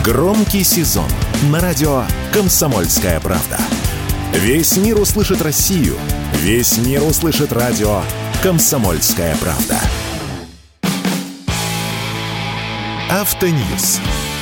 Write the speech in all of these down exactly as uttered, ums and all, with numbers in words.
Громкий сезон на радио «Комсомольская правда». Весь мир услышит Россию. Весь мир услышит радио «Комсомольская правда». Автоньюз.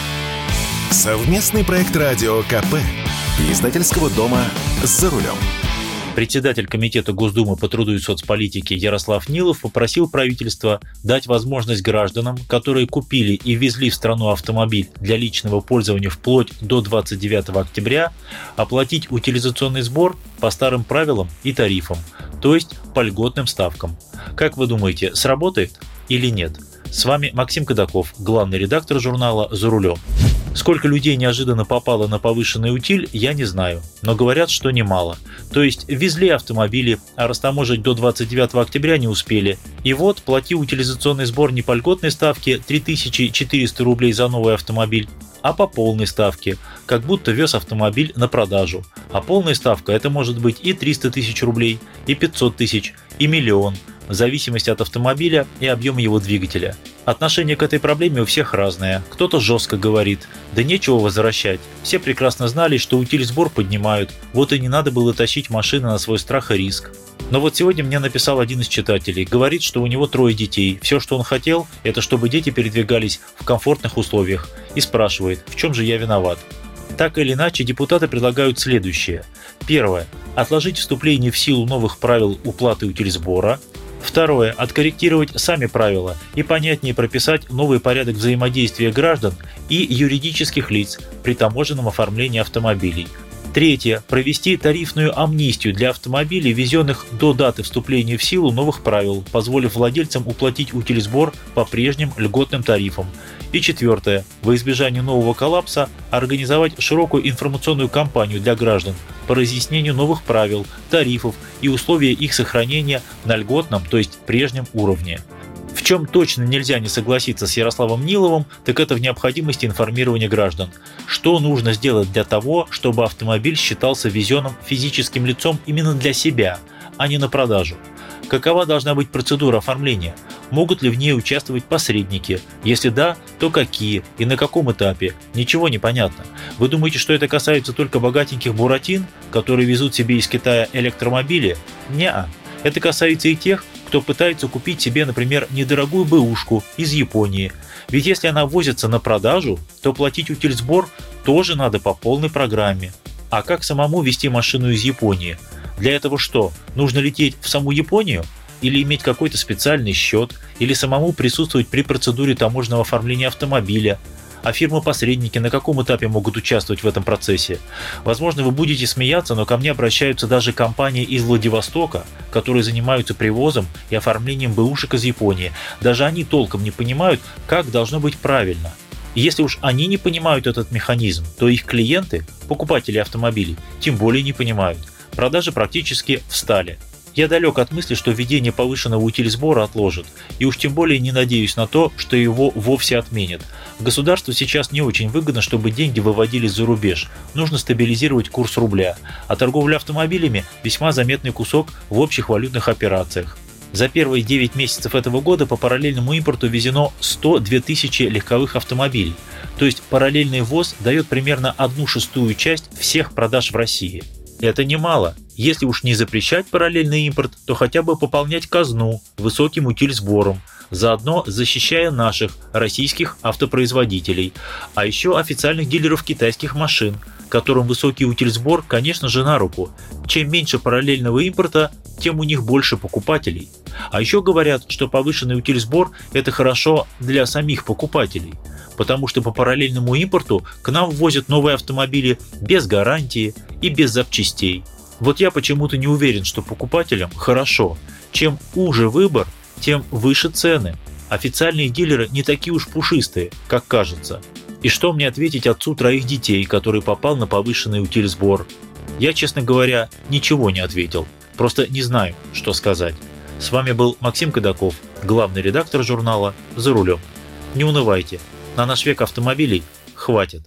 Совместный проект радио КП и издательского дома «За рулем». Председатель Комитета Госдумы по труду и соцполитике Ярослав Нилов попросил правительство дать возможность гражданам, которые купили и ввезли в страну автомобиль для личного пользования вплоть до двадцать девятого октября, оплатить утилизационный сбор по старым правилам и тарифам, то есть по льготным ставкам. Как вы думаете, сработает или нет? С вами Максим Кадаков, главный редактор журнала «За рулем». Сколько людей неожиданно попало на повышенный утиль, я не знаю, но говорят, что немало. То есть везли автомобили, а растаможить до двадцать девятого октября не успели. И вот плати утилизационный сбор не по льготной ставке три тысячи четыреста рублей за новый автомобиль, а по полной ставке, как будто вез автомобиль на продажу. А полная ставка это может быть и триста тысяч рублей, и пятьсот тысяч, и миллион, в зависимости от автомобиля и объема его двигателя. Отношение к этой проблеме у всех разное. Кто-то жестко говорит: да нечего возвращать. Все прекрасно знали, что утильсбор поднимают, вот и не надо было тащить машины на свой страх и риск. Но вот сегодня мне написал один из читателей, говорит, что у него трое детей. Все, что он хотел, это чтобы дети передвигались в комфортных условиях, и спрашивает, в чем же я виноват. Так или иначе, депутаты предлагают следующее. Первое. Отложить вступление в силу новых правил уплаты утильсбора. Второе. Откорректировать сами правила и понятнее прописать новый порядок взаимодействия граждан и юридических лиц при таможенном оформлении автомобилей. Третье. Провести тарифную амнистию для автомобилей, ввезенных до даты вступления в силу новых правил, позволив владельцам уплатить утильсбор по прежним льготным тарифам. И четвертое. Во избежание нового коллапса организовать широкую информационную кампанию для граждан по разъяснению новых правил, тарифов и условий их сохранения на льготном, то есть прежнем уровне. В чем точно нельзя не согласиться с Ярославом Ниловым, так это в необходимости информирования граждан. Что нужно сделать для того, чтобы автомобиль считался ввезенным физическим лицом именно для себя, а не на продажу? Какова должна быть процедура оформления? Могут ли в ней участвовать посредники? Если да, то какие и на каком этапе? Ничего не понятно. Вы думаете, что это касается только богатеньких буратин, которые везут себе из Китая электромобили? Неа. Это касается и тех, кто пытается купить себе, например, недорогую бэушку из Японии. Ведь если она возится на продажу, то платить утильсбор тоже надо по полной программе. А как самому везти машину из Японии? Для этого что, нужно лететь в саму Японию? Или иметь какой-то специальный счет? Или самому присутствовать при процедуре таможенного оформления автомобиля? А фирмы-посредники на каком этапе могут участвовать в этом процессе? Возможно, вы будете смеяться, но ко мне обращаются даже компании из Владивостока, которые занимаются привозом и оформлением бэушек из Японии. Даже они толком не понимают, как должно быть правильно. И если уж они не понимают этот механизм, то их клиенты, покупатели автомобилей, тем более не понимают. Продажи практически встали. Я далек от мысли, что введение повышенного утильсбора отложат, и уж тем более не надеюсь на то, что его вовсе отменят. Государству сейчас не очень выгодно, чтобы деньги выводились за рубеж, нужно стабилизировать курс рубля, а торговля автомобилями – весьма заметный кусок в общих валютных операциях. За первые девять месяцев этого года по параллельному импорту ввезено сто две тысячи легковых автомобилей, то есть параллельный ввоз дает примерно одну шестую часть всех продаж в России. Это немало. Если уж не запрещать параллельный импорт, то хотя бы пополнять казну высоким утильсбором, заодно защищая наших российских автопроизводителей, а еще официальных дилеров китайских машин, которым высокий утильсбор, конечно же, на руку. Чем меньше параллельного импорта, тем у них больше покупателей. А еще говорят, что повышенный утильсбор – это хорошо для самих покупателей, потому что по параллельному импорту к нам ввозят новые автомобили без гарантии и без запчастей. Вот я почему-то не уверен, что покупателям хорошо. Чем уже выбор, тем выше цены. Официальные дилеры не такие уж пушистые, как кажется. И что мне ответить отцу троих детей, который попал на повышенный утильсбор? Я, честно говоря, ничего не ответил. Просто не знаю, что сказать. С вами был Максим Кадаков, главный редактор журнала «За рулем». Не унывайте, на наш век автомобилей хватит.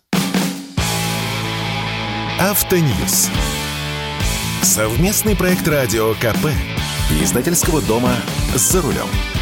Автоньюз. Совместный проект радио КП и издательского дома «За рулем».